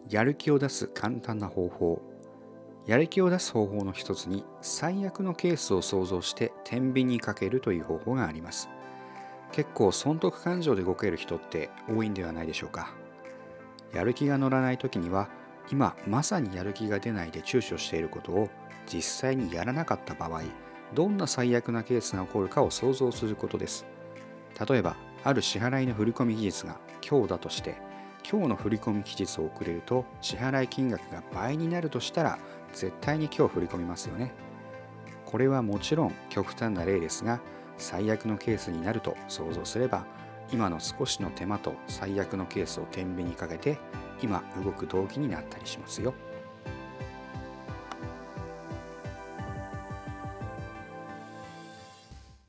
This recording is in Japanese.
やる気を出す簡単な方法。やる気を出す方法の一つに、最悪のケースを想像して天秤にかけるという方法があります。結構損得感情で動ける人って多いんではないでしょうか。やる気が乗らない時には、今まさにやる気が出ないで躊躇していることを実際にやらなかった場合、どんな最悪なケースが起こるかを想像することです。例えば、ある支払いの振込期日が今日だとして、今日の振込期日を遅れると支払い金額が倍になるとしたら、絶対に今日振り込みますよね。これはもちろん極端な例ですが、最悪のケースになると想像すれば、今の少しの手間と最悪のケースを天秤にかけて、今動く動機になったりしますよ。